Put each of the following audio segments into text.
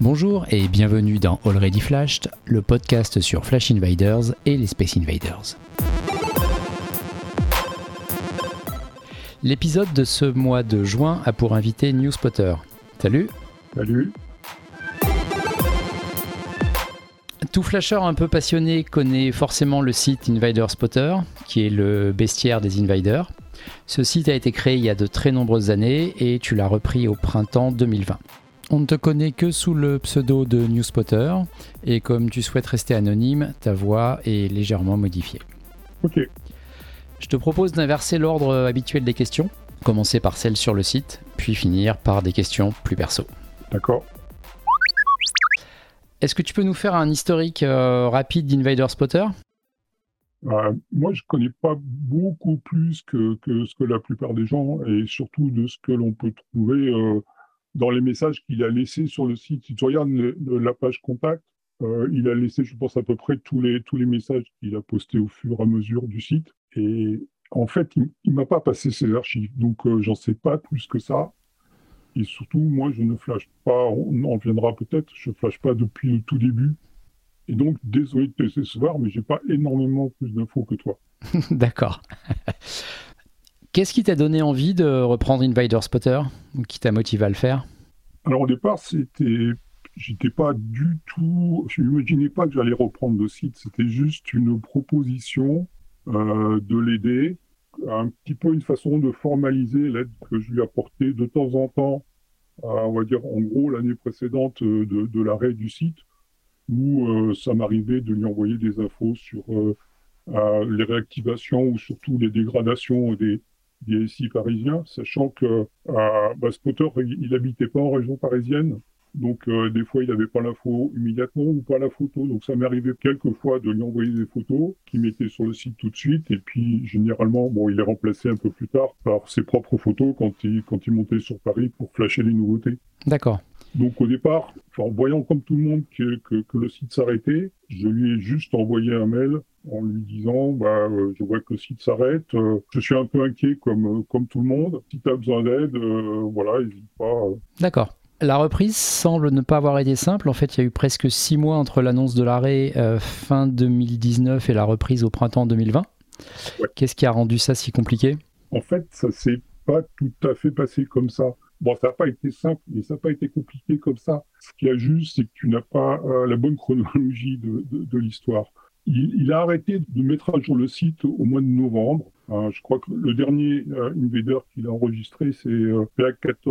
Bonjour et bienvenue dans Already Flashed, le podcast sur Flash Invaders et les Space Invaders. L'épisode de ce mois de juin a pour invité Newspotter. Salut. Salut. Tout flasher un peu passionné connaît forcément le site Invader Spotter, qui est le bestiaire des Invaders. Ce site a été créé il y a de très nombreuses années et tu l'as repris au printemps 2020. On ne te connaît que sous le pseudo de Newspotter et comme tu souhaites rester anonyme, ta voix est légèrement modifiée. Ok. Je te propose d'inverser l'ordre habituel des questions, commencer par celles sur le site, puis finir par des questions plus perso. D'accord. Est-ce que tu peux nous faire un historique rapide d'Invader Spotter ? Moi, je connais pas beaucoup plus que ce que la plupart des gens, et surtout de ce que l'on peut trouver dans les messages qu'il a laissés sur le site. Si tu regardes la page contact, il a laissé, je pense, à peu près tous les messages qu'il a postés au fur et à mesure du site. Et en fait, il m'a pas passé ses archives, donc j'en sais pas plus que ça. Et surtout, moi, je ne flash pas, on en viendra peut-être, je flash pas depuis le tout début. Et donc, désolé de te décevoir, mais j'ai pas énormément plus d'infos que toi. D'accord. Qu'est-ce qui t'a donné envie de reprendre Invader Spotter, ou qui t'a motivé à le faire ? Alors au départ, j'étais pas du tout, je n'imaginais pas que j'allais reprendre le site. C'était juste une proposition de l'aider, un petit peu une façon de formaliser l'aide que je lui apportais de temps en temps. On va dire en gros l'année précédente de l'arrêt du site, où ça m'arrivait de lui envoyer des infos sur les réactivations ou surtout les dégradations des SI parisiens, sachant que Spotter, il n'habitait pas en région parisienne, donc des fois il n'avait pas l'info immédiatement ou pas la photo, donc ça m'est arrivé quelques fois de lui envoyer des photos qu'il mettait sur le site tout de suite, et puis généralement, il est remplacé un peu plus tard par ses propres photos quand il montait sur Paris pour flasher les nouveautés. D'accord. Donc au départ, en voyant comme tout le monde que le site s'arrêtait, je lui ai juste envoyé un mail en lui disant je vois que le site s'arrête, je suis un peu inquiet comme tout le monde. Si tu as besoin d'aide, n'hésite pas. D'accord. La reprise semble ne pas avoir été simple. En fait, il y a eu presque 6 mois entre l'annonce de l'arrêt fin 2019 et la reprise au printemps 2020. Ouais. Qu'est-ce qui a rendu ça si compliqué ? En fait, ça s'est pas tout à fait passé comme ça. Ça n'a pas été simple, mais ça n'a pas été compliqué comme ça. Ce qu'il y a juste, c'est que tu n'as pas la bonne chronologie de l'histoire. Il a arrêté de mettre à jour le site au mois de novembre. Je crois que le dernier Invader qu'il a enregistré, c'est PA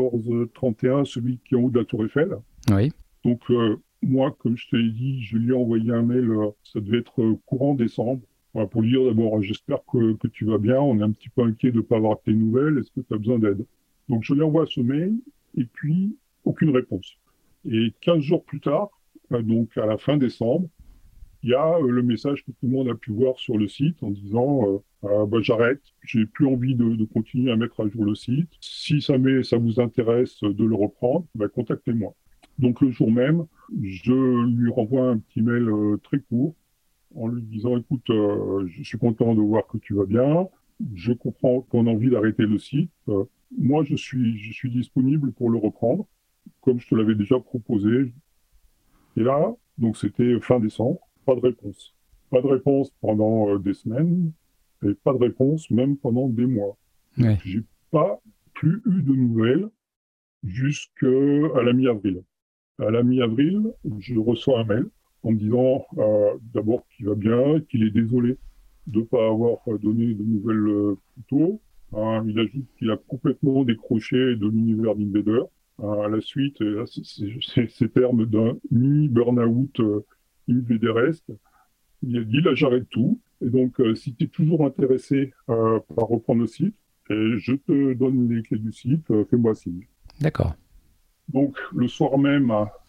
1431, celui qui est en haut de la Tour Eiffel. Oui. Donc, moi, comme je te l'ai dit, je lui ai envoyé un mail, ça devait être courant décembre, pour lui dire d'abord, j'espère que tu vas bien, on est un petit peu inquiet de ne pas avoir tes nouvelles, est-ce que tu as besoin d'aide ? Donc, je lui envoie ce mail, et puis, aucune réponse. Et 15 jours plus tard, donc à la fin décembre, il y a le message que tout le monde a pu voir sur le site en disant j'arrête, j'ai plus envie de continuer à mettre à jour le site. Si ça vous intéresse de le reprendre, contactez-moi. Donc le jour même, je lui renvoie un petit mail très court en lui disant écoute, je suis content de voir que tu vas bien, je comprends qu'on a envie d'arrêter le site. Moi, je suis disponible pour le reprendre, comme je te l'avais déjà proposé. Et là, donc c'était fin décembre. Pas de réponse. Pas de réponse pendant des semaines et pas de réponse même pendant des mois. Ouais. J'ai pas plus eu de nouvelles jusqu'à la mi-avril. À la mi-avril, je reçois un mail en me disant d'abord qu'il va bien, qu'il est désolé de ne pas avoir donné de nouvelles plus tôt. Il ajoute qu'il a complètement décroché de l'univers d'Invader. À la suite, c'est ces termes d'un mini-burn-out Invaderesque. Il a dit là j'arrête tout. Et donc si tu es toujours intéressé par reprendre le site, je te donne les clés du site, fais-moi signe. D'accord. Donc le soir même,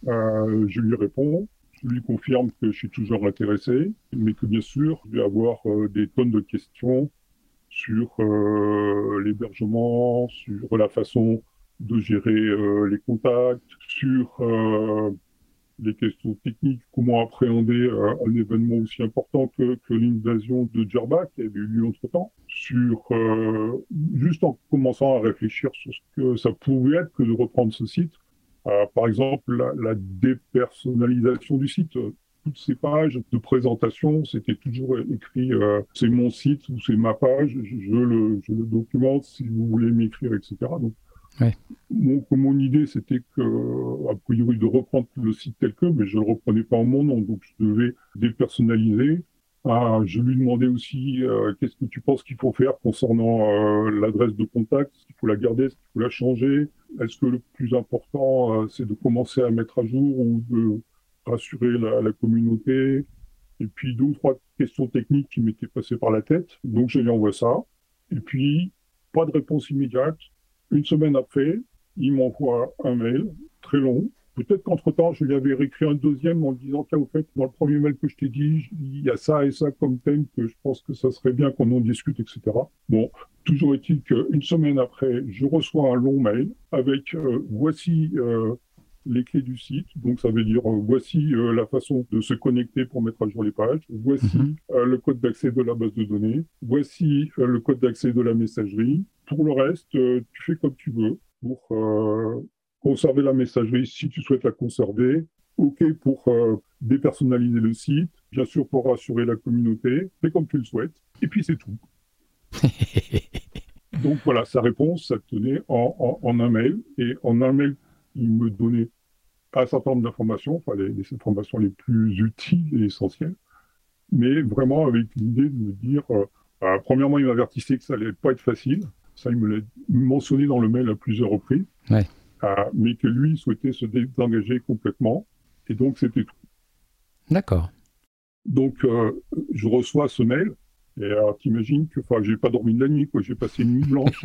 je lui réponds, je lui confirme que je suis toujours intéressé, mais que bien sûr, je vais avoir des tonnes de questions sur l'hébergement, sur la façon de gérer les contacts, sur les questions techniques, comment appréhender un événement aussi important que l'invasion de Djerba qui avait eu lieu entre-temps, juste en commençant à réfléchir sur ce que ça pouvait être que de reprendre ce site, Par exemple, la dépersonnalisation du site. Toutes ces pages de présentation, c'était toujours écrit c'est mon site ou c'est ma page, je le documente si vous voulez m'écrire, etc. Donc, Ouais. mon idée, c'était que, a priori, de reprendre le site tel que, mais je ne le reprenais pas en mon nom, donc je devais dépersonnaliser. Je lui demandais aussi qu'est-ce que tu penses qu'il faut faire concernant l'adresse de contact, est-ce qu'il faut la garder, est-ce qu'il faut la changer, est-ce que le plus important, c'est de commencer à mettre à jour ou de rassurer la communauté, et puis deux ou trois questions techniques qui m'étaient passées par la tête. Donc je lui envoie ça, et puis pas de réponse immédiate. Une semaine après, il m'envoie un mail très long. Peut-être qu'entre-temps, je lui avais réécrit un deuxième en disant qu'au fait, dans le premier mail que je t'ai dit, il y a ça et ça comme thème que je pense que ça serait bien qu'on en discute, etc. Bon, toujours est-il qu'une semaine après, je reçois un long mail avec voici les clés du site. Donc, ça veut dire voici la façon de se connecter pour mettre à jour les pages. Voici le code d'accès de la base de données. Voici le code d'accès de la messagerie. Pour le reste, tu fais comme tu veux pour conserver la messagerie si tu souhaites la conserver. OK pour dépersonnaliser le site. Bien sûr, pour rassurer la communauté. Fais comme tu le souhaites. Et puis, c'est tout. Donc, voilà, sa réponse, ça tenait en un mail. Et en un mail, il me donnait un certain nombre d'informations, enfin les informations les plus utiles et essentielles, mais vraiment avec l'idée de me dire, premièrement, il m'avertissait que ça allait pas être facile, ça il me l'a mentionné dans le mail à plusieurs reprises, Ouais. Mais que lui souhaitait se désengager complètement, et donc c'était tout. D'accord. Donc je reçois ce mail, et alors t'imagines que j'ai pas dormi de la nuit, quoi. J'ai passé une nuit blanche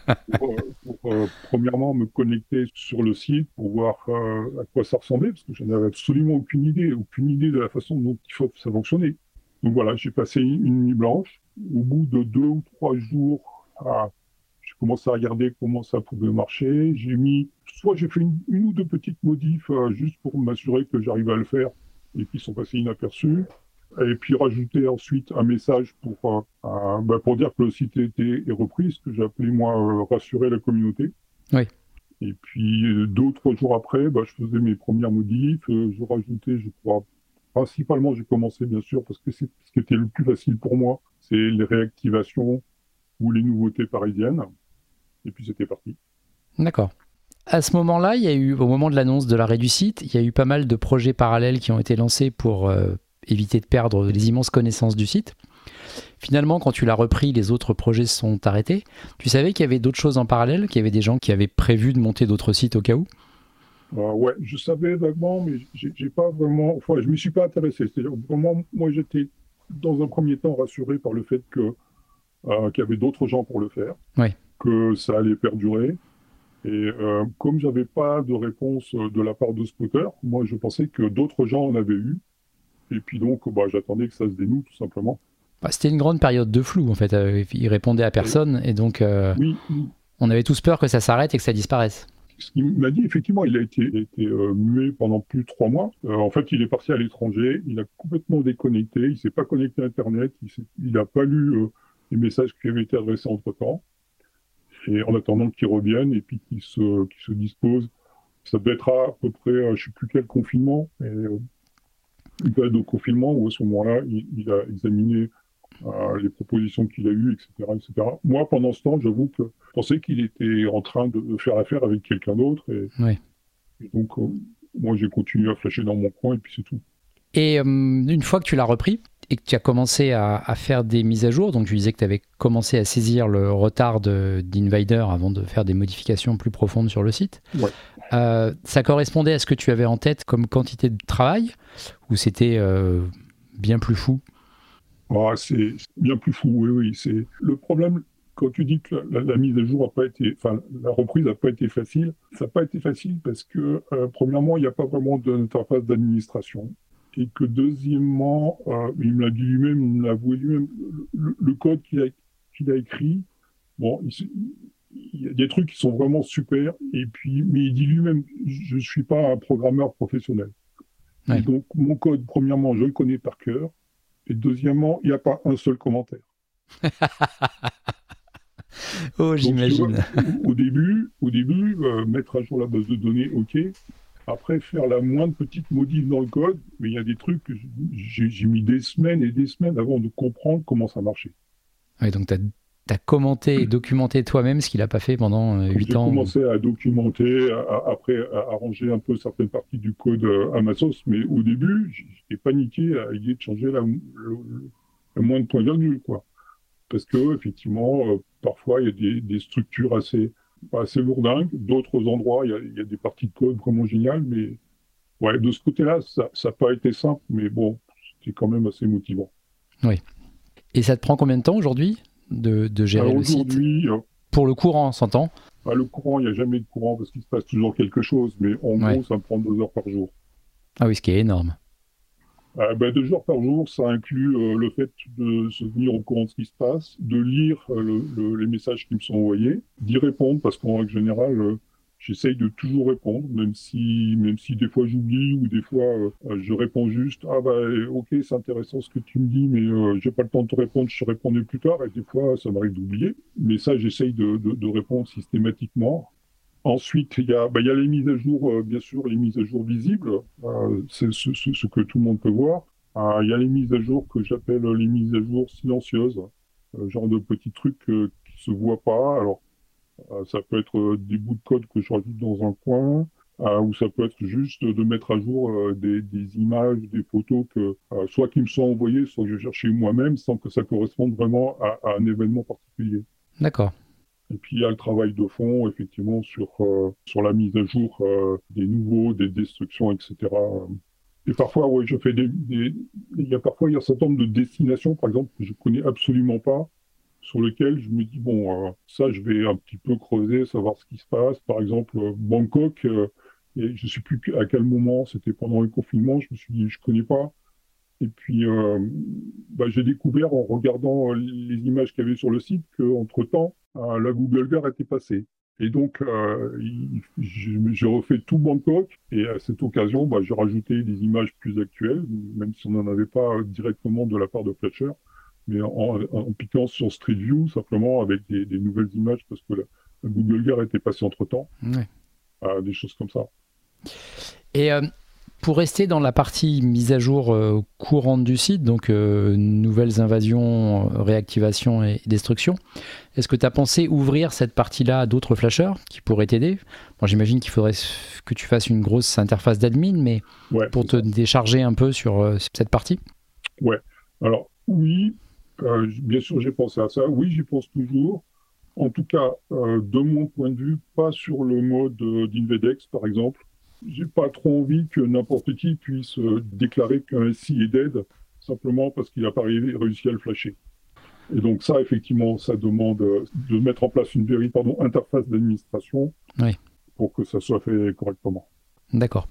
pour premièrement me connecter sur le site pour voir à quoi ça ressemblait, parce que je n'avais absolument aucune idée de la façon dont ça fonctionnait. Donc voilà, j'ai passé une nuit blanche. Au bout de 2 ou 3 jours, j'ai commencé à regarder comment ça pouvait marcher. Soit j'ai fait une ou deux petites modifs juste pour m'assurer que j'arrivais à le faire, et qui sont passés inaperçus. Et puis rajouter ensuite un message pour dire que le site est repris, ce que j'ai appelé moi rassurer la communauté. Oui. Et puis 2 ou 3 jours après, je faisais mes premières modifs, je rajoutais, je crois, principalement j'ai commencé bien sûr parce que c'est ce qui était le plus facile pour moi, c'est les réactivations ou les nouveautés parisiennes. Et puis c'était parti. D'accord. À ce moment-là, il y a eu, au moment de l'annonce de l'arrêt du site, il y a eu pas mal de projets parallèles qui ont été lancés pour éviter de perdre les immenses connaissances du site. Finalement, quand tu l'as repris, les autres projets se sont arrêtés. Tu savais qu'il y avait d'autres choses en parallèle, qu'il y avait des gens qui avaient prévu de monter d'autres sites au cas où? Ouais, je savais vaguement, mais j'ai pas vraiment, enfin, je m'y suis pas intéressé. C'est-à-dire vraiment, moi, j'étais dans un premier temps rassuré par le fait qu'il y avait d'autres gens pour le faire, Ouais. que ça allait perdurer. Et comme j'avais pas de réponse de la part de Spooter, moi, je pensais que d'autres gens en avaient eu. Et puis donc, j'attendais que ça se dénoue, tout simplement. C'était une grande période de flou, en fait. Il répondait à personne, et donc Oui, on avait tous peur que ça s'arrête et que ça disparaisse. ce qu'il m'a dit, effectivement, il a été muet pendant plus de 3 mois. En fait, il est parti à l'étranger, il a complètement déconnecté, il s'est pas connecté à Internet, il n'a pas lu les messages qui avaient été adressés entre-temps. Et en attendant qu'il revienne et puis qu'il se dispose, ça devait être à peu près, je ne sais plus quel confinement, mais une période de confinement où à ce moment-là, il a examiné les propositions qu'il a eues, etc., etc. Moi, pendant ce temps, j'avoue que je pensais qu'il était en train de faire affaire avec quelqu'un d'autre. Et donc, moi, j'ai continué à flasher dans mon coin et puis c'est tout. Et une fois que tu l'as repris et que tu as commencé à faire des mises à jour, donc tu disais que tu avais commencé à saisir le retard d'Invader avant de faire des modifications plus profondes sur le site. Ouais. Ça correspondait à ce que tu avais en tête comme quantité de travail ou c'était bien plus fou? C'est bien plus fou, oui. C'est le problème quand tu dis que la mise à jour n'a pas été, enfin la reprise n'a pas été facile. Ça n'a pas été facile parce que premièrement, il n'y a pas vraiment d'interface d'administration. Et que deuxièmement, il me l'a dit lui-même, il me l'a avoué lui-même, le code qu'il a écrit, bon, il y a des trucs qui sont vraiment super, et puis, mais il dit lui-même, je ne suis pas un programmeur professionnel. Ouais. Et donc, mon code, premièrement, je le connais par cœur, et deuxièmement, il n'y a pas un seul commentaire. Oh, Donc, j'imagine. au début, mettre à jour la base de données, ok. Après, faire la moindre petite modif dans le code, mais il y a des trucs que j'ai mis des semaines et des semaines avant de comprendre comment ça marchait. Ouais, donc, tu as commenté et documenté toi-même ce qu'il n'a pas fait pendant Quand 8 j'ai ans. commencé à documenter, après à arranger un peu certaines parties du code à ma sauce, mais au début, j'étais paniqué à l'idée de changer la moindre point virgule, quoi. Parce que effectivement, parfois il y a des structures assez lourdingues, d'autres endroits il y a des parties de code vraiment géniales, mais ouais, de ce côté-là, ça n'a pas été simple, mais bon, c'était quand même assez motivant. Oui. Et ça te prend combien de temps aujourd'hui de gérer Alors le site? aujourd'hui, Pour le courant, on s'entend. le courant, il n'y a jamais de courant parce qu'il se passe toujours quelque chose, mais en Ouais. gros, ça me prend 2 heures par jour. Ah oui, ce qui est énorme. 2 heures par jour, ça inclut le fait de se tenir au courant de ce qui se passe, de lire les messages qui me sont envoyés, d'y répondre, parce qu'en règle générale, j'essaye de toujours répondre, même si des fois j'oublie ou des fois je réponds juste, ah bah ok, c'est intéressant ce que tu me dis, mais j'ai pas le temps de te répondre, je te répondrai plus tard, et des fois ça m'arrive d'oublier. Mais ça, j'essaye de répondre systématiquement. Ensuite, il y a les mises à jour, bien sûr, les mises à jour visibles, c'est ce que tout le monde peut voir. Il y a les mises à jour que j'appelle les mises à jour silencieuses, genre de petits trucs qui se voient pas. Alors, ça peut être des bouts de code que je rajoute dans un coin, ou ça peut être juste de mettre à jour des images, des photos soit qui me sont envoyées, soit que j'ai cherché moi-même, sans que ça corresponde vraiment à un événement particulier. D'accord. Et puis il y a le travail de fond, effectivement, sur la mise à jour des nouveaux, des destructions, etc. Et parfois, ouais, je fais il y a un certain nombre de destinations, par exemple, que je connais absolument pas, sur lesquelles je me dis, bon, ça, je vais un petit peu creuser, savoir ce qui se passe. Par exemple, Bangkok, et je sais plus à quel moment, c'était pendant le confinement, je me suis dit, je connais pas. Et puis, j'ai découvert en regardant les images qu'il y avait sur le site qu'entre-temps, la Google Earth était passée. Et donc, j'ai refait tout Bangkok. Et à cette occasion, j'ai rajouté des images plus actuelles, même si on n'en avait pas directement de la part de Fletcher, mais en piquant sur Street View, simplement avec des nouvelles images, parce que la Google Earth était passée entre-temps. Ouais. Des choses comme ça. Et pour rester dans la partie mise à jour courante du site, donc nouvelles invasions, réactivations et destructions, est-ce que tu as pensé ouvrir cette partie-là à d'autres flasheurs qui pourraient t'aider? Bon, j'imagine qu'il faudrait que tu fasses une grosse interface d'admin, mais Ouais, pour te décharger un peu sur cette partie? Ouais. Alors, oui, bien sûr, j'ai pensé à ça. Oui, j'y pense toujours. En tout cas, de mon point de vue, pas sur le mode d'Invedex, par exemple. J'ai pas trop envie que n'importe qui puisse déclarer qu'un SI est dead simplement parce qu'il n'a pas réussi à le flasher. Et donc ça, effectivement, ça demande de mettre en place une véritable interface d'administration Oui. pour que ça soit fait correctement. D'accord.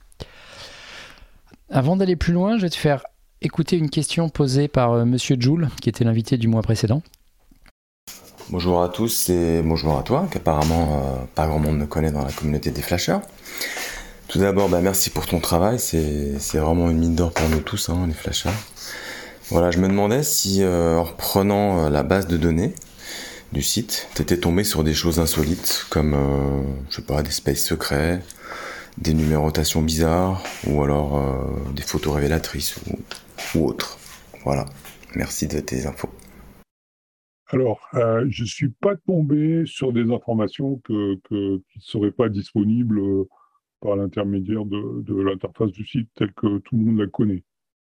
Avant d'aller plus loin, je vais te faire écouter une question posée par Monsieur Joule, qui était l'invité du mois précédent. Bonjour à tous et bonjour à toi, qu'apparemment pas grand monde ne connaît dans la communauté des flasheurs. Tout d'abord, merci pour ton travail, c'est vraiment une mine d'or pour nous tous, les flasheurs. Voilà, je me demandais si en reprenant la base de données du site, t'étais tombé sur des choses insolites, comme, je sais pas, des spaces secrets, des numérotations bizarres, ou alors des photos révélatrices, ou autres. Voilà, merci de tes infos. Alors, je ne suis pas tombé sur des informations qui ne seraient pas disponibles par l'intermédiaire de l'interface du site telle que tout le monde la connaît.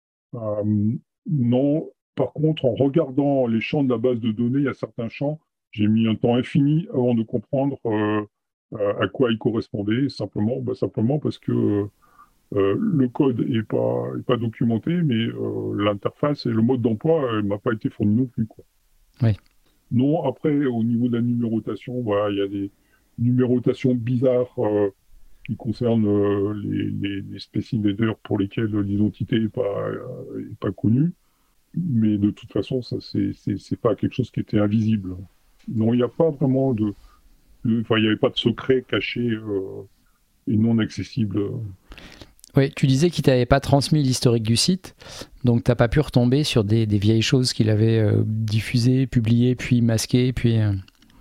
Non, par contre, en regardant les champs de la base de données, il y a certains champs, j'ai mis un temps infini avant de comprendre à quoi ils correspondaient, simplement parce que le code n'est pas documenté, mais l'interface et le mode d'emploi ne m'a pas été fourni non plus, quoi. Oui. Non, après, au niveau de la numérotation, il y a des numérotations bizarres qui concernent les Space Invaders pour lesquels l'identité n'est pas connue. Mais de toute façon, ça, c'est pas quelque chose qui était invisible. Non, il n'y a pas vraiment il n'y avait pas de secret caché et non accessible. Oui, tu disais qu'il t'avait pas transmis l'historique du site, donc t'as pas pu retomber sur des vieilles choses qu'il avait diffusées, publiées, puis masquées, puis...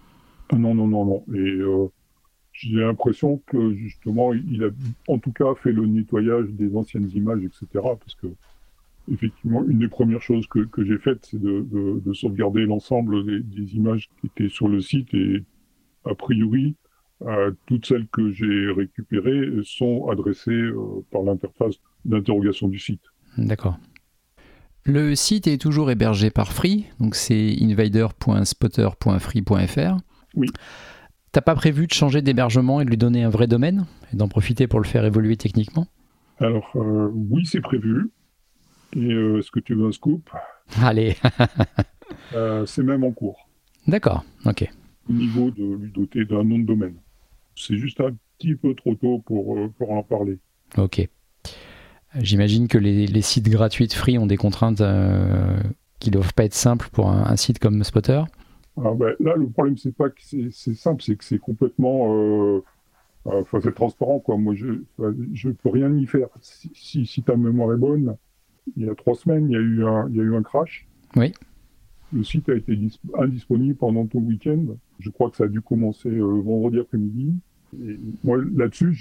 Ah non, non, non, non. Et j'ai l'impression que justement, il a en tout cas fait le nettoyage des anciennes images, etc. Parce que effectivement, une des premières choses que j'ai faites, c'est de sauvegarder l'ensemble des images qui étaient sur le site. Et a priori, toutes celles que j'ai récupérées sont adressées par l'interface d'interrogation du site. D'accord. Le site est toujours hébergé par Free, donc c'est invader.spotter.free.fr. Oui. T'as pas prévu de changer d'hébergement et de lui donner un vrai domaine et d'en profiter pour le faire évoluer techniquement? Alors, oui, c'est prévu. Et est-ce que tu veux un scoop? Allez, C'est même en cours, d'accord, ok. au niveau de lui doter d'un nom de domaine. C'est juste un petit peu trop tôt pour en parler. Ok. J'imagine que les sites gratuits de Free ont des contraintes qui ne doivent pas être simples pour un site comme Spotter. Ah ben, là, le problème, c'est pas que c'est simple, c'est que c'est complètement... Enfin, c'est transparent, quoi. Moi, je peux rien y faire. Si ta mémoire est bonne, il y a 3 semaines, il y a eu un crash. Oui, Le site a été indisponible pendant tout le week-end. Je crois que ça a dû commencer vendredi après-midi. Et moi, là-dessus,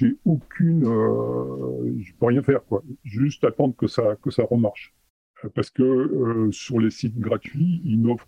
je peux rien faire, quoi. Juste attendre que ça remarche. Parce que sur les sites gratuits, ils n'offrent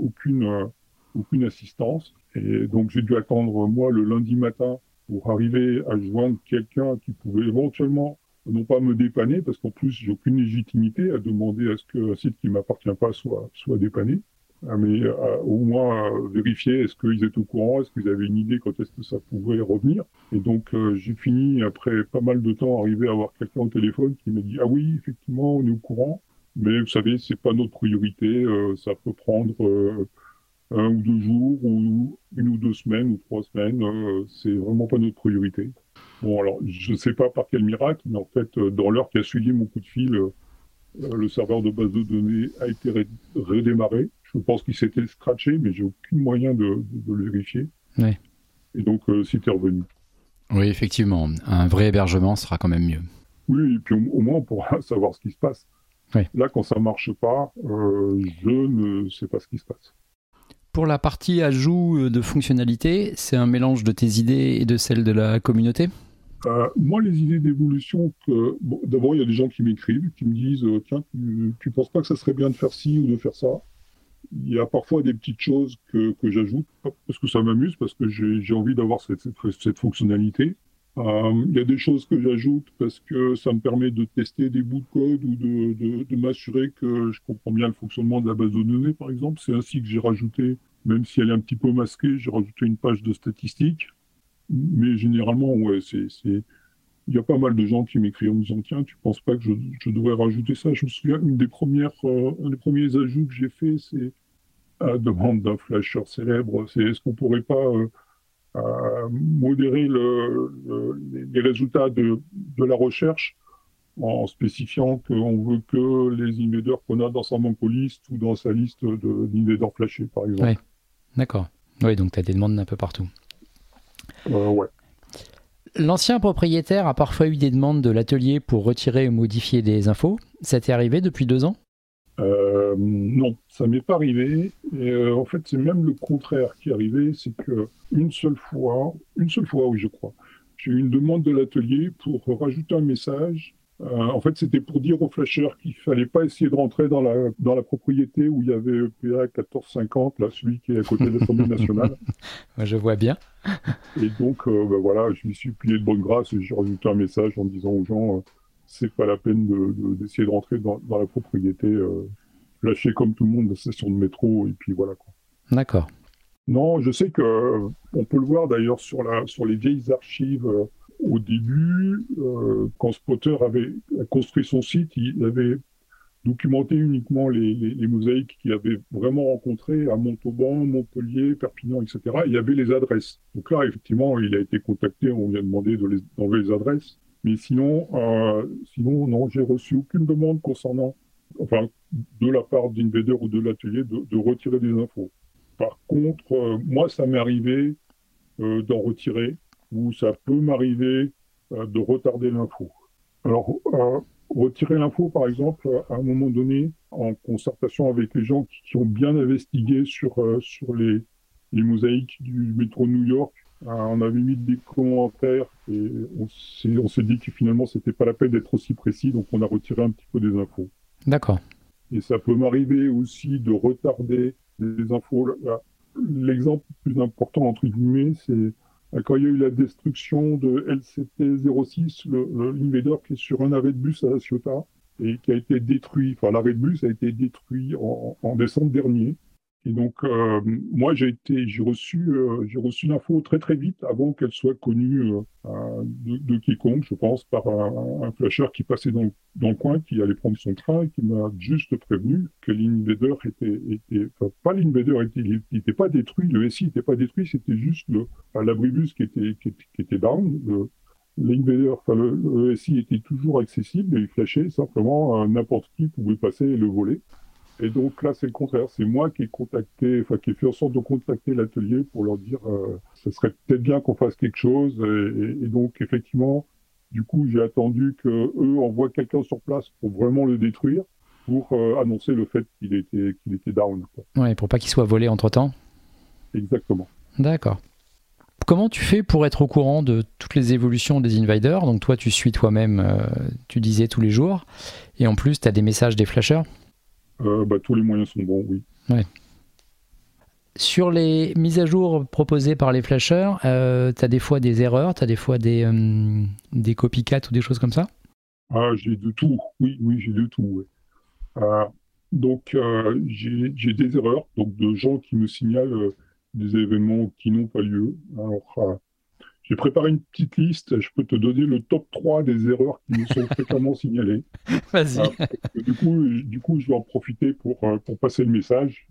aucune assistance. Et donc, j'ai dû attendre, moi, le lundi matin pour arriver à joindre quelqu'un qui pouvait éventuellement, non pas me dépanner, parce qu'en plus, j'ai aucune légitimité à demander à ce qu'un site qui ne m'appartient pas soit dépanné. Mais au moins vérifier est-ce qu'ils étaient au courant, est-ce qu'ils avaient une idée quand est-ce que ça pouvait revenir. Et donc j'ai fini, après pas mal de temps, arriver à avoir quelqu'un au téléphone qui m'a dit « Ah oui, effectivement, on est au courant, mais vous savez, c'est pas notre priorité, ça peut prendre 1 ou 2 jours, ou 1 ou 2 semaines, ou 3 semaines, c'est vraiment pas notre priorité. » Bon, alors, je ne sais pas par quel miracle, mais en fait, dans l'heure qui a suivi mon coup de fil, le serveur de base de données a été redémarré. Je pense qu'il s'était scratché, mais j'ai aucun moyen de le vérifier. oui. Et donc, c'était revenu. Oui, effectivement. Un vrai hébergement sera quand même mieux. Oui, et puis au moins, on pourra savoir ce qui se passe. Oui. Là, quand ça ne marche pas, je ne sais pas ce qui se passe. Pour la partie ajout de fonctionnalités, c'est un mélange de tes idées et de celles de la communauté? Moi, les idées d'évolution, bon, d'abord, il y a des gens qui m'écrivent, qui me disent tiens, tu penses pas que ça serait bien de faire ci ou de faire ça? Il y a parfois des petites choses que j'ajoute, parce que ça m'amuse, parce que j'ai envie d'avoir cette fonctionnalité. Il y a des choses que j'ajoute parce que ça me permet de tester des bouts de code ou de m'assurer que je comprends bien le fonctionnement de la base de données, par exemple. C'est ainsi que j'ai rajouté, même si elle est un petit peu masquée, j'ai rajouté une page de statistiques. Mais généralement, ouais, il y a pas mal de gens qui m'écrivent en me disant, tiens, tu penses pas que je devrais rajouter ça? Je me souviens, un des premiers ajouts que j'ai fait, c'est à la demande d'un flasher célèbre, c'est est-ce qu'on pourrait pas modérer les résultats de la recherche en spécifiant qu'on veut que les invaders qu'on a dans sa banque liste ou dans sa liste d'invaders flashés, par exemple. Oui, d'accord. Oui, donc tu as des demandes un peu partout. Ouais. L'ancien propriétaire a parfois eu des demandes de l'atelier pour retirer ou modifier des infos. Ça t'est arrivé depuis 2 ans? Non, ça m'est pas arrivé. Et en fait, c'est même le contraire qui est arrivé, c'est que une seule fois, oui, je crois, j'ai eu une demande de l'atelier pour rajouter un message. En fait, c'était pour dire aux flasheurs qu'il fallait pas essayer de rentrer dans la propriété où il y avait EPA 1450, là, celui qui est à côté de l'Assemblée nationale. Je vois bien. Et donc, ben voilà, je m'y suis plié de bonne grâce et j'ai rajouté un message en disant aux gens, c'est pas la peine d'essayer de rentrer dans la propriété, lâcher comme tout le monde la station de métro, et puis voilà, quoi. D'accord. Non, je sais que on peut le voir d'ailleurs sur les vieilles archives. Au début, quand Spotter avait construit son site, il avait documenté uniquement les mosaïques qu'il avait vraiment rencontrées à Montauban, Montpellier, Perpignan, etc. Il y avait les adresses. Donc là, effectivement, il a été contacté, on lui a demandé d'enlever les adresses. Mais sinon, non, j'ai reçu aucune demande concernant, enfin, de la part d'Invader ou de l'atelier de retirer des infos. Par contre, moi, ça m'est arrivé d'en retirer, ou ça peut m'arriver de retarder l'info. Alors, retirer l'info, par exemple, à un moment donné, en concertation avec les gens qui ont bien investigué sur les mosaïques du métro de New York. On avait mis des commentaires et on s'est dit que finalement, c'était pas la peine d'être aussi précis, donc on a retiré un petit peu des infos. D'accord. Et ça peut m'arriver aussi de retarder des infos. L'exemple le plus important, entre guillemets, c'est quand il y a eu la destruction de LCT-06, l'invader qui est sur un arrêt de bus à La Ciotat et qui a été détruit. Enfin, l'arrêt de bus a été détruit en décembre dernier. Et donc, moi, j'ai reçu l'info très très vite avant qu'elle soit connue de quiconque, je pense, par un flasher qui passait dans le coin, qui allait prendre son train, qui m'a juste prévenu que l'invader enfin, pas l'invader, il n'était pas détruit, le SI n'était pas détruit, c'était juste l'abribus qui était down. L'invader, enfin, le SI était toujours accessible et il flashait simplement, n'importe qui pouvait passer et le voler. Et donc là, c'est le contraire. C'est moi qui ai contacté, enfin, qui ai fait en sorte de contacter l'atelier pour leur dire, ce serait peut-être bien qu'on fasse quelque chose. Et donc, effectivement, du coup, j'ai attendu qu'eux envoient quelqu'un sur place pour vraiment le détruire, pour annoncer le fait qu'il était down, quoi. Ouais, pour pas qu'il soit volé entre-temps. Exactement. D'accord. Comment tu fais pour être au courant de toutes les évolutions des invaders? Donc toi, tu suis toi-même, tu disais tous les jours. Et en plus, tu as des messages des flashers? Tous les moyens sont bons, oui. Ouais. Sur les mises à jour proposées par les flashers, tu as des fois des erreurs, tu as des fois des copycats ou des choses comme ça? Ah, j'ai de tout. Oui, oui, j'ai de tout. Ouais. Donc, j'ai des erreurs, donc de gens qui me signalent des événements qui n'ont pas lieu. Alors, j'ai préparé une petite liste. Je peux te donner le top 3 des erreurs qui me sont fréquemment signalées. Vas-y. Du coup, je vais en profiter pour passer le message.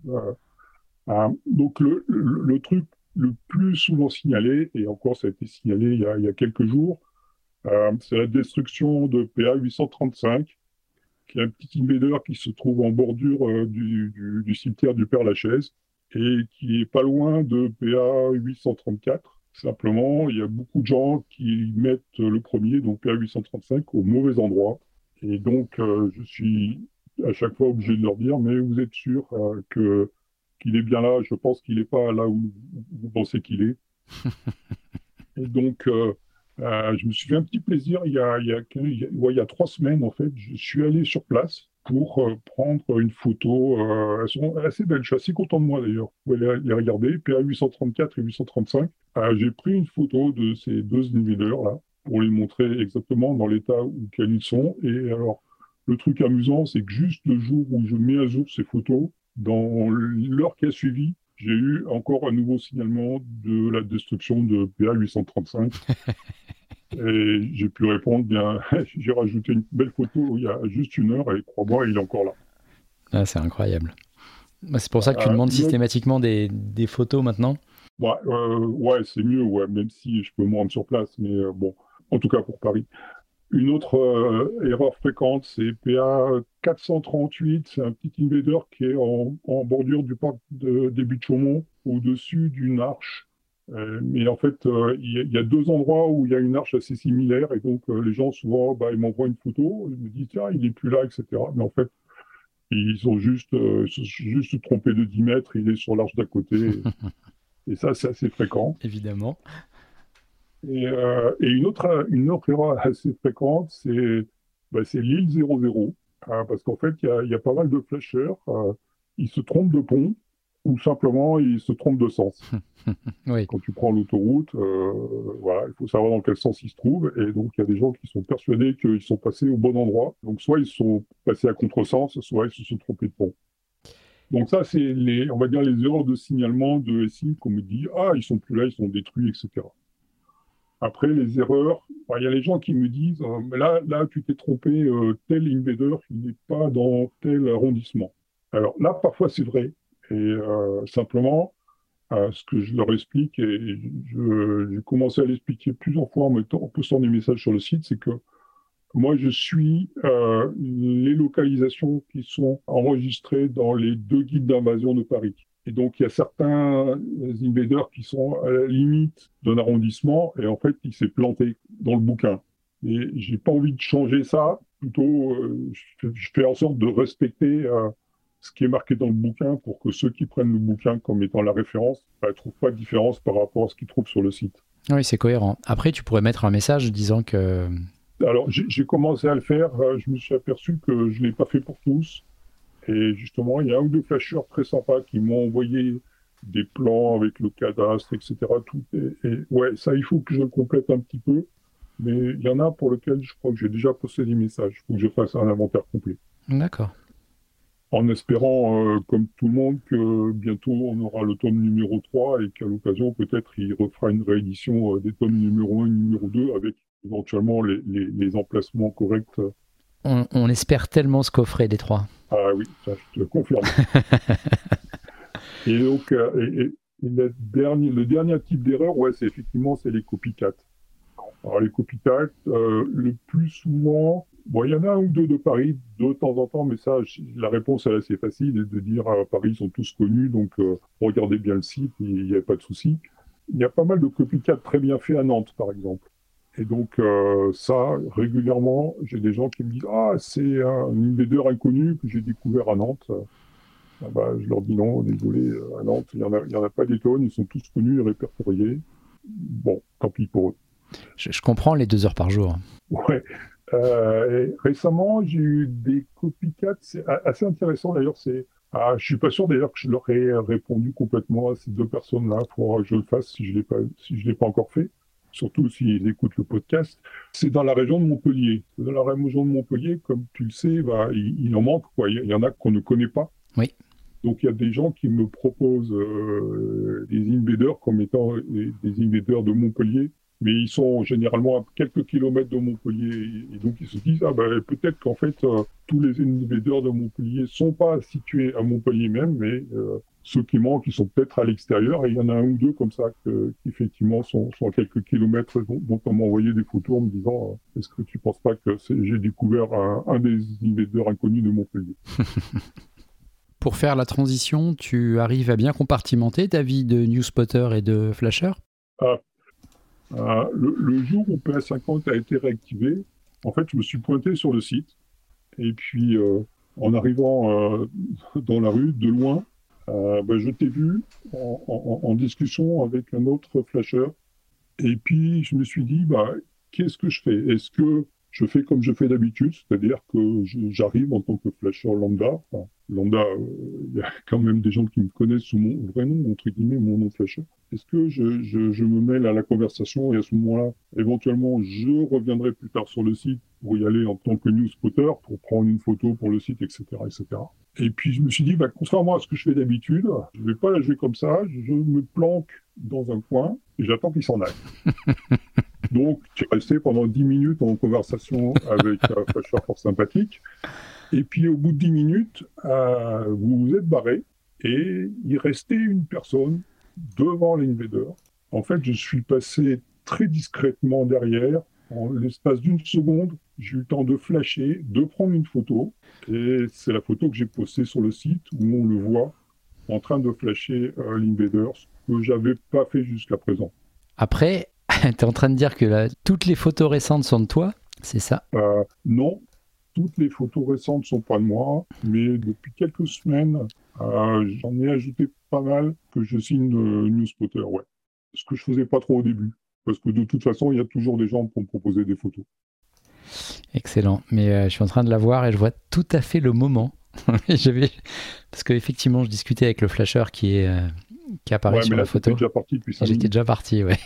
Donc, le truc le plus souvent signalé, et encore ça a été signalé il y a quelques jours, c'est la destruction de PA 835, qui est un petit invader qui se trouve en bordure du cimetière du Père-Lachaise et qui est pas loin de PA 834. Simplement, il y a beaucoup de gens qui mettent le premier, donc PA 835, au mauvais endroit. Et donc, je suis à chaque fois obligé de leur dire, mais vous êtes sûr qu'il est bien là? Je pense qu'il n'est pas là où vous pensez qu'il est. Et donc, je me suis fait un petit plaisir il y a 3 semaines, en fait. Je suis allé sur place pour prendre une photo. Elles sont assez belles. Je suis assez content de moi, d'ailleurs. Vous pouvez les regarder, PA 834 et 835. J'ai pris une photo de ces deux invaders-là pour les montrer exactement dans l'état où ils sont. Et alors, le truc amusant, c'est que juste le jour où je mets à jour ces photos, dans l'heure qui a suivi, j'ai eu encore un nouveau signalement de la destruction de PA 835. Et j'ai pu répondre, bien, j'ai rajouté une belle photo il y a juste une heure et crois-moi, il est encore là. Ah, c'est incroyable. C'est pour ça que tu demandes systématiquement des photos maintenant? Ouais, c'est mieux, ouais, même si je peux me rendre sur place, mais bon, en tout cas pour Paris. Une autre erreur fréquente, c'est PA 438, c'est un petit invader qui est en bordure du parc des Buttes-Chaumont, au-dessus d'une arche. Mais en fait, il y a deux endroits où il y a une arche assez similaire, et donc les gens souvent, ils m'envoient une photo, ils me disent, tiens, il n'est plus là, etc. Mais en fait, ils ont juste trompé de 10 mètres, il est sur l'arche d'à côté, et ça, c'est assez fréquent. Évidemment. Et une autre erreur assez fréquente, c'est l'île 00. Parce qu'en fait, il y a pas mal de flashers. Ils se trompent de pont ou simplement ils se trompent de sens. Oui. Quand tu prends l'autoroute, voilà, il faut savoir dans quel sens ils se trouvent. Et donc, il y a des gens qui sont persuadés qu'ils sont passés au bon endroit. Donc, soit ils sont passés à contresens, soit ils se sont trompés de pont. Donc ça, c'est on va dire les erreurs de signalement de SI qu'on me dit, ah, ils sont plus là, ils sont détruits, etc. Après, les erreurs, il y a les gens qui me disent, mais là, tu t'es trompé, tel invader, il n'est pas dans tel arrondissement. Alors là, parfois, c'est vrai. Et simplement, ce que je leur explique, et j'ai commencé à l'expliquer plusieurs fois en postant des messages sur le site, c'est que moi, je suis les localisations qui sont enregistrées dans les 2 guides d'invasion de Paris. Et donc, il y a certains invaders qui sont à la limite d'un arrondissement, et en fait, il s'est planté dans le bouquin. Et j'ai pas envie de changer ça. Plutôt, je fais en sorte de respecter ce qui est marqué dans le bouquin pour que ceux qui prennent le bouquin comme étant la référence ne trouvent pas de différence par rapport à ce qu'ils trouvent sur le site. Oui, c'est cohérent. Après, tu pourrais mettre un message disant que... Alors, j'ai commencé à le faire, je me suis aperçu que je ne l'ai pas fait pour tous. Et justement, il y a un ou deux flasheurs très sympas qui m'ont envoyé des plans avec le cadastre, etc. Tout. Et ouais, ça, il faut que je le complète un petit peu. Mais il y en a pour lequel je crois que j'ai déjà posté des messages. Il faut que je fasse un inventaire complet. D'accord. En espérant, comme tout le monde, que bientôt on aura le tome numéro 3 et qu'à l'occasion, peut-être, il refera une réédition des tomes numéro 1 et numéro 2 avec éventuellement les emplacements corrects. On espère tellement ce coffret des 3. Ah oui, ça, je te le confirme. Et donc, le dernier type d'erreur, ouais, c'est effectivement les copycats. Alors, les copycats, le plus souvent, bon, il y en a un ou deux de Paris, de temps en temps, mais ça, la réponse est assez facile, est de dire à Paris, ils sont tous connus, donc regardez bien le site, il n'y a pas de souci. Il y a pas mal de copycats très bien faits à Nantes, par exemple. Et donc, ça, régulièrement, j'ai des gens qui me disent « Ah, c'est un invader inconnu que j'ai découvert à Nantes. » je leur dis non, désolé, à Nantes, il y en a pas des tonnes, ils sont tous connus et répertoriés. Bon, tant pis pour eux. Je comprends les 2 heures par jour. Ouais. Et récemment, j'ai eu des copycats, c'est assez intéressant d'ailleurs. Je suis pas sûr d'ailleurs que je leur ai répondu complètement à ces 2 personnes-là. Il faudra que je le fasse si je l'ai pas encore fait. Surtout s'ils écoutent le podcast. C'est dans la région de Montpellier. Dans la région de Montpellier, comme tu le sais, il en manque, quoi. Il y en a qu'on ne connaît pas. Oui. Donc il y a des gens qui me proposent des invaders comme étant des invaders de Montpellier, mais ils sont généralement à quelques kilomètres de Montpellier, et donc ils se disent peut-être qu'en fait tous les invaders de Montpellier sont pas situés à Montpellier même, mais ceux qui manquent, ils sont peut-être à l'extérieur, et il y en a un ou deux comme ça qui effectivement sont à quelques kilomètres, dont on m'a envoyé des photos en me disant est-ce que tu penses pas que j'ai découvert un des invaders inconnus de Montpellier. Pour faire la transition, tu arrives à bien compartimenter ta vie de newspotter et de flasher ? Le jour où PS50 a été réactivé, en fait, je me suis pointé sur le site. Et puis, en arrivant dans la rue, de loin, je t'ai vu en discussion avec un autre flasher. Et puis, je me suis dit, qu'est-ce que je fais ? Est-ce que je fais comme je fais d'habitude, c'est-à-dire que j'arrive en tant que flasher lambda. Enfin, lambda, il y a quand même des gens qui me connaissent sous mon vrai nom, entre guillemets, mon nom flasher. Est-ce que je me mêle à la conversation et à ce moment-là, éventuellement, je reviendrai plus tard sur le site pour y aller en tant que news spotter, pour prendre une photo pour le site, etc., etc. Et puis je me suis dit, contrairement à ce que je fais d'habitude, je vais pas la jouer comme ça, je me planque dans un coin et j'attends qu'il s'en aille. Donc, tu es resté pendant 10 minutes en conversation avec un flasher fort sympathique. Et puis, au bout de 10 minutes, vous vous êtes barré et il restait une personne devant l'invader. En fait, je suis passé très discrètement derrière. En l'espace d'une seconde, j'ai eu le temps de flasher, de prendre une photo. Et c'est la photo que j'ai postée sur le site où on le voit en train de flasher l'invader, ce que j'avais pas fait jusqu'à présent. Après, tu es en train de dire que toutes les photos récentes sont de toi, c'est ça ? Non, toutes les photos récentes sont pas de moi, mais depuis quelques semaines, j'en ai ajouté pas mal que je signe newspotter, ouais. Ce que je faisais pas trop au début, parce que de toute façon, il y a toujours des gens pour me proposer des photos. Excellent, mais je suis en train de la voir et je vois tout à fait le moment. Parce qu'effectivement, je discutais avec le flasher qui apparaît sur la photo. Déjà parti depuis 5 J'étais déjà parti, ouais.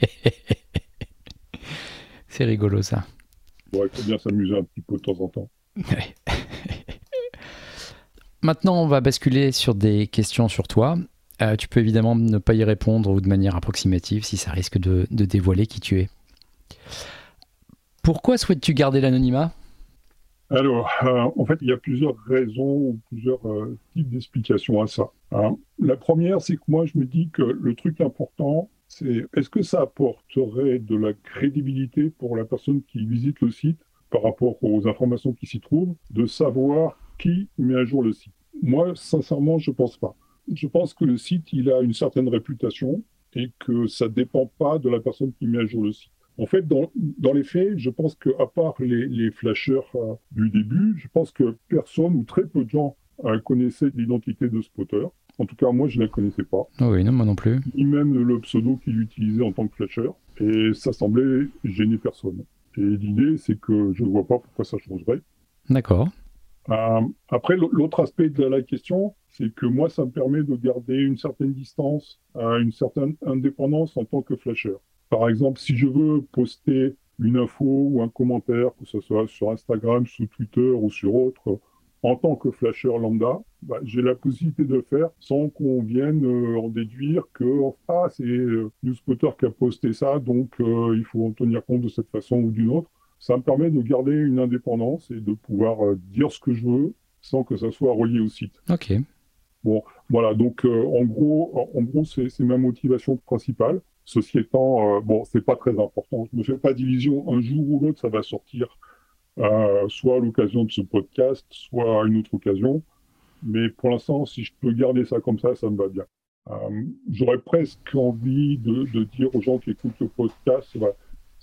C'est rigolo ça. Ouais, il faut bien s'amuser un petit peu de temps en temps. Ouais. Maintenant, on va basculer sur des questions sur toi. Tu peux évidemment ne pas y répondre ou de manière approximative si ça risque de dévoiler qui tu es. Pourquoi souhaites-tu garder l'anonymat ? Alors, en fait, il y a plusieurs raisons ou plusieurs types d'explications à ça. La première, c'est que moi, je me dis que le truc important, c'est est-ce que ça apporterait de la crédibilité pour la personne qui visite le site par rapport aux informations qui s'y trouvent, de savoir qui met à jour le site. Moi, sincèrement, je pense pas. Je pense que le site, il a une certaine réputation et que ça dépend pas de la personne qui met à jour le site. En fait, dans les faits, je pense qu'à part les flashers du début, je pense que personne ou très peu de gens connaissait l'identité de Spotter. En tout cas, moi, je ne la connaissais pas, Oh oui, non, moi non plus. ni même le pseudo qu'il utilisait en tant que flasher. Et ça semblait gêner personne. Et l'idée, c'est que je ne vois pas pourquoi ça changerait. D'accord. Après, l'autre aspect de la question, c'est que moi, ça me permet de garder une certaine distance, une certaine indépendance en tant que flasher. Par exemple, si je veux poster une info ou un commentaire, que ce soit sur Instagram, sur Twitter ou sur autre, en tant que flasher lambda, bah, j'ai la possibilité de le faire sans qu'on vienne en déduire que ah, c'est Newspotter qui a posté ça, donc il faut en tenir compte de cette façon ou d'une autre. Ça me permet de garder une indépendance et de pouvoir dire ce que je veux sans que ça soit relié au site. Ok. Bon, voilà, donc en gros c'est ma motivation principale. Ceci étant, bon, c'est pas très important. Je me fais pas d'illusion. Un jour ou l'autre, ça va sortir, soit à l'occasion de ce podcast, soit à une autre occasion. Mais pour l'instant, si je peux garder ça comme ça me va bien. J'aurais presque envie de dire aux gens qui écoutent le podcast, bah,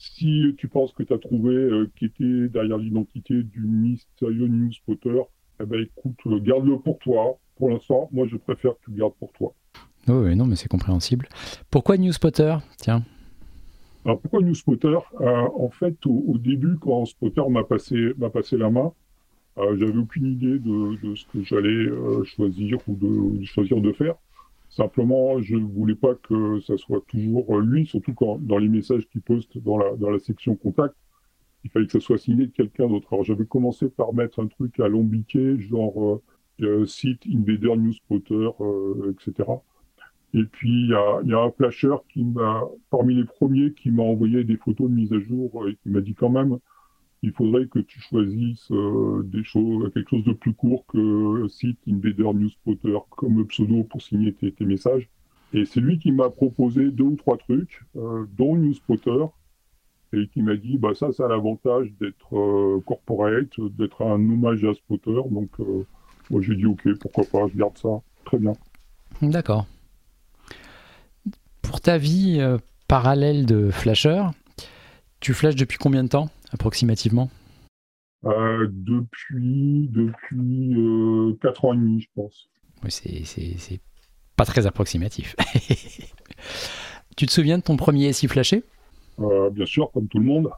si tu penses que tu as trouvé qui était derrière l'identité du mystérieux Newspotter, eh ben écoute, garde-le pour toi. Pour l'instant, moi, je préfère que tu le gardes pour toi. Oh oui, non, mais c'est compréhensible. Pourquoi Newspotter? Tiens. Alors, pourquoi Newspotter? En fait, au début, quand Spotter m'a passé la main, j'avais aucune idée de ce que j'allais choisir ou de choisir de faire. Simplement, je ne voulais pas que ça soit toujours lui, surtout quand dans les messages qu'il poste dans la section contact, il fallait que ça soit signé de quelqu'un d'autre. Alors j'avais commencé par mettre un truc à alambiqué, genre site Invader Newspotter, etc. Et puis il y a un flasher parmi les premiers, qui m'a envoyé des photos de mise à jour et qui m'a dit quand même, il faudrait que tu choisisses quelque chose de plus court que site Invader Newspotter comme pseudo pour signer tes messages. Et c'est lui qui m'a proposé 2 ou 3 trucs, dont Newspotter, et qui m'a dit, bah ça a l'avantage d'être corporate, d'être un hommage à Spotter. Donc moi j'ai dit ok, pourquoi pas, je garde ça. Très bien. D'accord. Pour ta vie parallèle de flasher, tu flashes depuis combien de temps, approximativement? Depuis 4 ans et demi, je pense. Oui, c'est pas très approximatif. Tu te souviens de ton premier SI flashé? Bien sûr, comme tout le monde.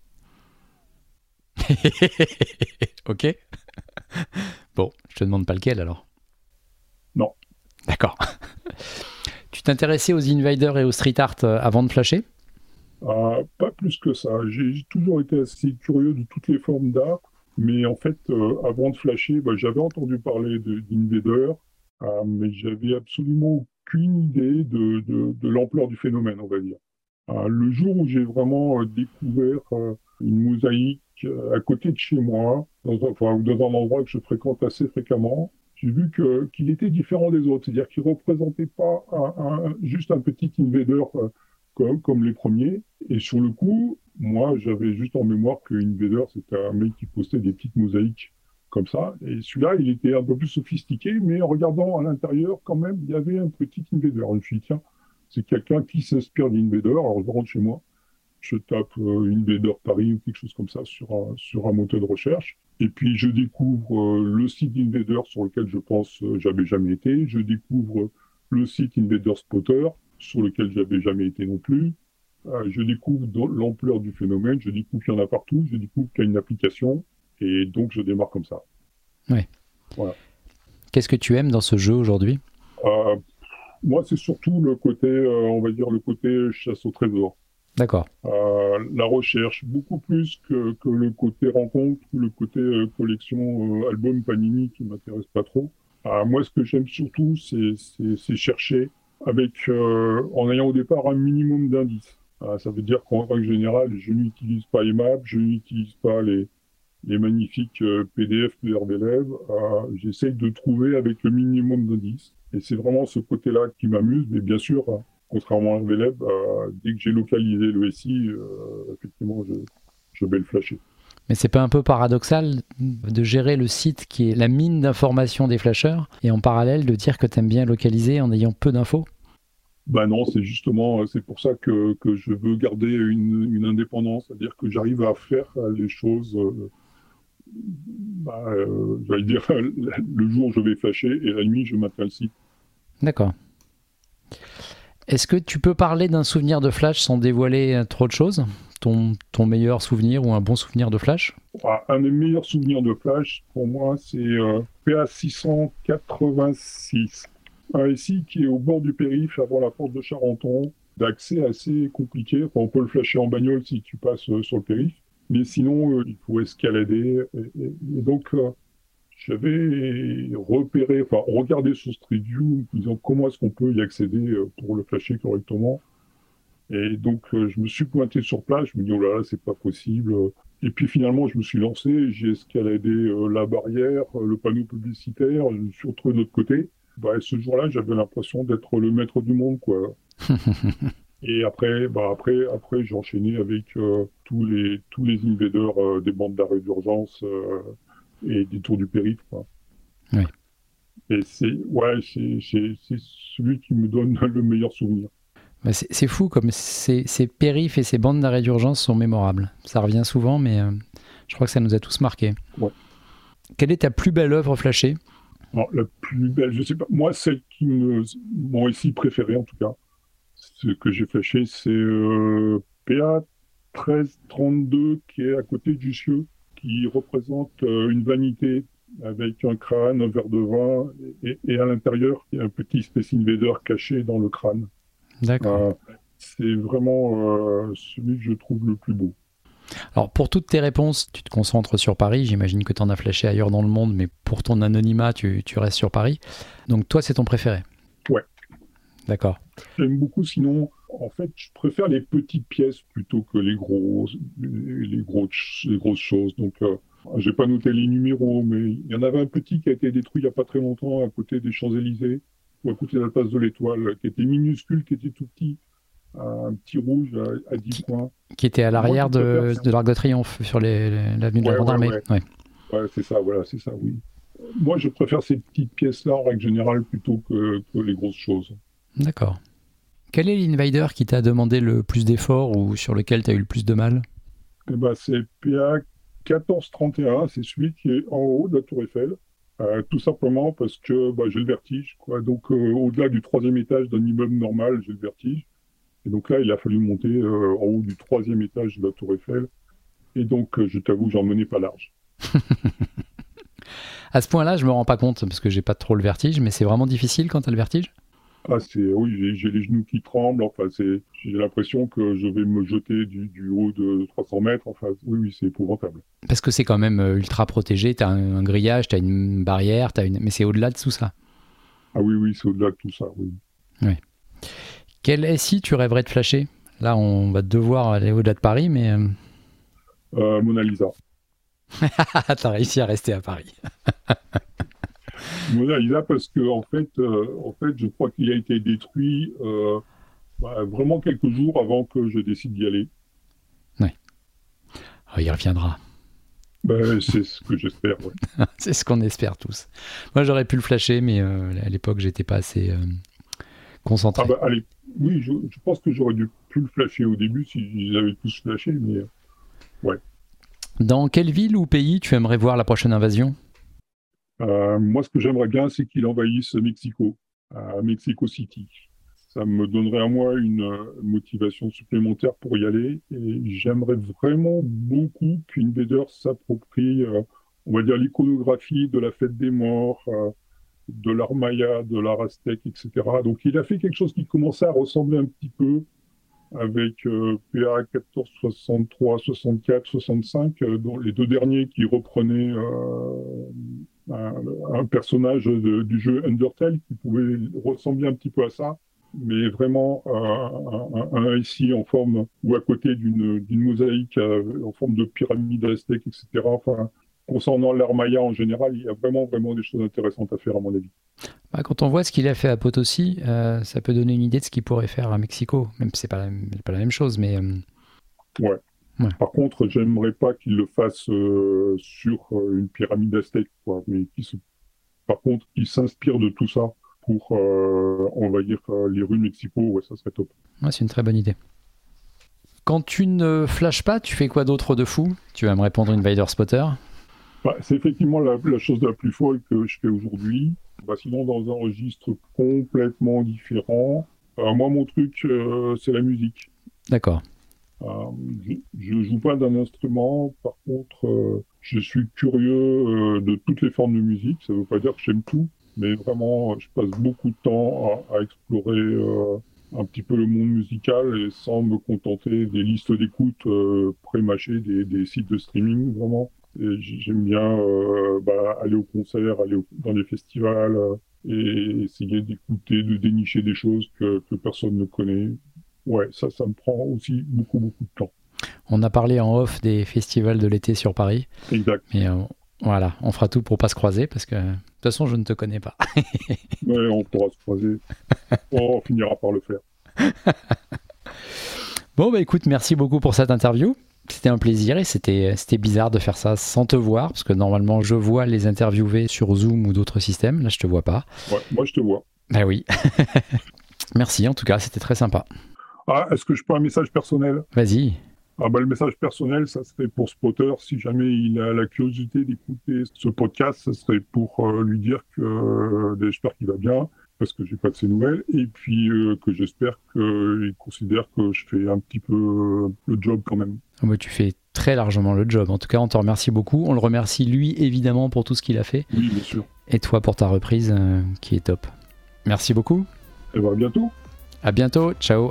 Ok. Bon, je te demande pas lequel alors. Non. D'accord. Tu t'intéressais aux invaders et aux street art avant de flasher? Pas plus que ça. J'ai toujours été assez curieux de toutes les formes d'art, mais en fait, avant de flasher, bah, j'avais entendu parler d'Invader, mais j'avais absolument aucune idée de l'ampleur du phénomène, on va dire. Le jour où j'ai vraiment découvert une mosaïque à côté de chez moi, dans un endroit que je fréquente assez fréquemment, j'ai vu qu'il était différent des autres. C'est-à-dire qu'il ne représentait pas juste un petit invader comme les premiers. Et sur le coup, moi, j'avais juste en mémoire que Invader, c'était un mec qui postait des petites mosaïques comme ça. Et celui-là, il était un peu plus sophistiqué, mais en regardant à l'intérieur, quand même, il y avait un petit Invader. Je me suis dit, tiens, c'est quelqu'un qui s'inspire d'Invader. Alors, je rentre chez moi, je tape Invader Paris ou quelque chose comme ça sur un moteur de recherche. Et puis, je découvre le site d'Invader sur lequel je pense j'avais jamais été. Je découvre le site Invader Spotter sur lequel j'avais jamais été non plus. Je découvre l'ampleur du phénomène. Je découvre qu'il y en a partout. Je découvre qu'il y a une application. Et donc, je démarre comme ça. Ouais. Voilà. Qu'est-ce que tu aimes dans ce jeu aujourd'hui? Moi, c'est surtout le côté, on va dire, le côté chasse au trésor. D'accord. La recherche, beaucoup plus que le côté rencontre ou le côté collection album Panini qui m'intéresse pas trop. Moi, ce que j'aime surtout, c'est chercher en ayant au départ un minimum d'indices. Ça veut dire qu'en règle générale, je n'utilise pas IMAP, je n'utilise pas les magnifiques PDF de RVLev. J'essaye de trouver avec le minimum d'indices. Et c'est vraiment ce côté-là qui m'amuse. Mais bien sûr, contrairement à RVLev, dès que j'ai localisé le SI, effectivement, je vais le flasher. Mais c'est pas un peu paradoxal de gérer le site qui est la mine d'informations des flasheurs et en parallèle de dire que tu aimes bien localiser en ayant peu d'infos? Ben non, c'est pour ça que je veux garder une indépendance, c'est-à-dire que j'arrive à faire les choses j'allais dire, le jour je vais flasher et la nuit je maintiens le site. D'accord. Est-ce que tu peux parler d'un souvenir de flash sans dévoiler trop de choses? Ton meilleur souvenir ou un bon souvenir de flash? Un des meilleurs souvenirs de flash, pour moi, c'est PA686. Un SI qui est au bord du périph' avant la porte de Charenton, d'accès assez compliqué. Enfin, on peut le flasher en bagnole si tu passes sur le périph', mais sinon, il faut escalader. Et donc, j'avais regardé sur Street View, en disant comment est-ce qu'on peut y accéder pour le flasher correctement. Et donc, je me suis pointé sur place, je me dis, oh là là, c'est pas possible. Et puis finalement, je me suis lancé, j'ai escaladé la barrière, le panneau publicitaire, je me suis retrouvé de l'autre côté. Ce jour-là, j'avais l'impression d'être le maître du monde, quoi. Et après, j'ai enchaîné avec tous les invaders des bandes d'arrêt d'urgence et des tours du périph', quoi. Oui. Et c'est celui qui me donne le meilleur souvenir. C'est fou comme ces périphes et ces bandes d'arrêt d'urgence sont mémorables. Ça revient souvent, mais je crois que ça nous a tous marqués. Ouais. Quelle est ta plus belle œuvre flashée? Alors, la plus belle, je sais pas. Moi, celle mon récit préféré, en tout cas, ce que j'ai flashé, c'est PA 1332, qui est à côté du Jussieu, qui représente une vanité avec un crâne, un verre de vin, et à l'intérieur, il y a un petit Space Invader caché dans le crâne. D'accord. C'est vraiment celui que je trouve le plus beau. Alors, pour toutes tes réponses, tu te concentres sur Paris. J'imagine que tu en as flashé ailleurs dans le monde, mais pour ton anonymat, tu restes sur Paris. Donc, toi, c'est ton préféré? Ouais. D'accord. J'aime beaucoup, sinon, en fait, je préfère les petites pièces plutôt que les grosses choses. Donc, j'ai pas noté les numéros, mais il y en avait un petit qui a été détruit il y a pas très longtemps à côté des Champs-Élysées, ou à côté de la place de l'Étoile, qui était minuscule, qui était tout petit, un petit rouge à 10 points. Qui était à l'arrière de l'Arc de Triomphe, sur l'avenue de la Grande Armée. Ouais, c'est ça, oui. Moi, je préfère ces petites pièces-là, en règle générale, plutôt que les grosses choses. D'accord. Quel est l'invader qui t'a demandé le plus d'efforts ou sur lequel tu as eu le plus de mal? C'est PA 1431, c'est celui qui est en haut de la Tour Eiffel. Tout simplement parce que j'ai le vertige, quoi. Donc, au-delà du 3e étage d'un immeuble normal, j'ai le vertige. Et donc là, il a fallu monter en haut du 3e étage de la Tour Eiffel. Et donc, je t'avoue, j'en menais pas large. À ce point-là, je me rends pas compte parce que j'ai pas trop le vertige, mais c'est vraiment difficile quand tu as le vertige? Oui, j'ai les genoux qui tremblent. Enfin, j'ai l'impression que je vais me jeter du haut de 300 mètres. Enfin, oui, c'est épouvantable. Parce que c'est quand même ultra protégé. Tu as un grillage, tu as une barrière, mais c'est au-delà de tout ça. Ah oui, c'est au-delà de tout ça, oui. Oui. Quel SI tu rêverais de flasher? Là, on va devoir aller au-delà de Paris, mais... Mona Lisa. T'as réussi à rester à Paris. Mona Lisa, parce que en fait, je crois qu'il a été détruit vraiment quelques jours avant que je décide d'y aller. Oui. Oh, il reviendra. C'est ce que j'espère, ouais. C'est ce qu'on espère tous. Moi, j'aurais pu le flasher, mais à l'époque, j'étais pas assez concentré. Allez, oui, je pense que j'aurais dû plus le flasher au début si j'avais tous flashé, mais ouais. Dans quelle ville ou pays tu aimerais voir la prochaine invasion? Moi, ce que j'aimerais bien, c'est qu'il envahisse Mexico, Mexico City. Ça me donnerait à moi une motivation supplémentaire pour y aller. Et j'aimerais vraiment beaucoup qu'Invader s'approprie, on va dire, l'iconographie de la fête des morts, de l'art maya, de l'art aztèque, etc. Donc, il a fait quelque chose qui commençait à ressembler un petit peu avec PA 1463, 64, 65, dont les deux derniers qui reprenaient un personnage du jeu Undertale qui pouvait ressembler un petit peu à ça, mais vraiment un SI en forme ou à côté d'une mosaïque en forme de pyramide aztèque, etc. Enfin, concernant l'art maya en général, il y a vraiment des choses intéressantes à faire à mon avis. Quand on voit ce qu'il a fait à Potosi, ça peut donner une idée de ce qu'il pourrait faire à Mexico. Même si c'est pas la même chose, mais... Ouais. Par contre, j'aimerais pas qu'il le fasse sur une pyramide aztèque, quoi, mais par contre, qu'il s'inspire de tout ça pour, on va dire, les rues de Mexico, ouais, ça serait top. Ouais, c'est une très bonne idée. Quand tu ne flashes pas, tu fais quoi d'autre de fou? Tu vas me répondre Invader Spotter. C'est effectivement la chose la plus folle que je fais aujourd'hui. Sinon, dans un registre complètement différent, moi, mon truc, c'est la musique. D'accord. Je joue pas d'un instrument. Par contre, je suis curieux de toutes les formes de musique. Ça veut pas dire que j'aime tout, mais vraiment, je passe beaucoup de temps à explorer un petit peu le monde musical et sans me contenter des listes d'écoute pré-mâchées des sites de streaming, vraiment. Et j'aime bien aller au concert, aller dans les festivals et essayer d'écouter, de dénicher des choses que personne ne connaît. Ouais, ça me prend aussi beaucoup de temps. On a parlé en off des festivals de l'été sur Paris. Exact. Mais voilà, on fera tout pour pas se croiser parce que de toute façon, je ne te connais pas. Ouais, on pourra se croiser. On finira par le faire. Bon, écoute, merci beaucoup pour cette interview. C'était un plaisir et c'était bizarre de faire ça sans te voir parce que normalement, je vois les interviewés sur Zoom ou d'autres systèmes. Là, je te vois pas. Ouais, moi, je te vois. Ben oui. Merci, en tout cas, c'était très sympa. Est-ce que je peux un message personnel ? Vas-y. Le message personnel, ça serait pour Spotter. Si jamais il a la curiosité d'écouter ce podcast, ça serait pour lui dire que j'espère qu'il va bien, parce que j'ai pas de ses nouvelles, et puis que j'espère qu'il considère que je fais un petit peu le job quand même. Tu fais très largement le job. En tout cas, on te remercie beaucoup. On le remercie, lui, évidemment, pour tout ce qu'il a fait. Oui, bien sûr. Et toi, pour ta reprise, qui est top. Merci beaucoup. Et à bientôt. À bientôt. Ciao.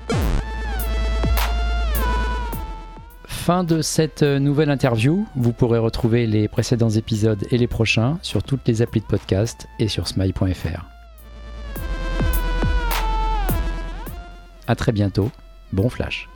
Fin de cette nouvelle interview. Vous pourrez retrouver les précédents épisodes et les prochains sur toutes les applis de podcast et sur smile.fr. À très bientôt. Bon flash.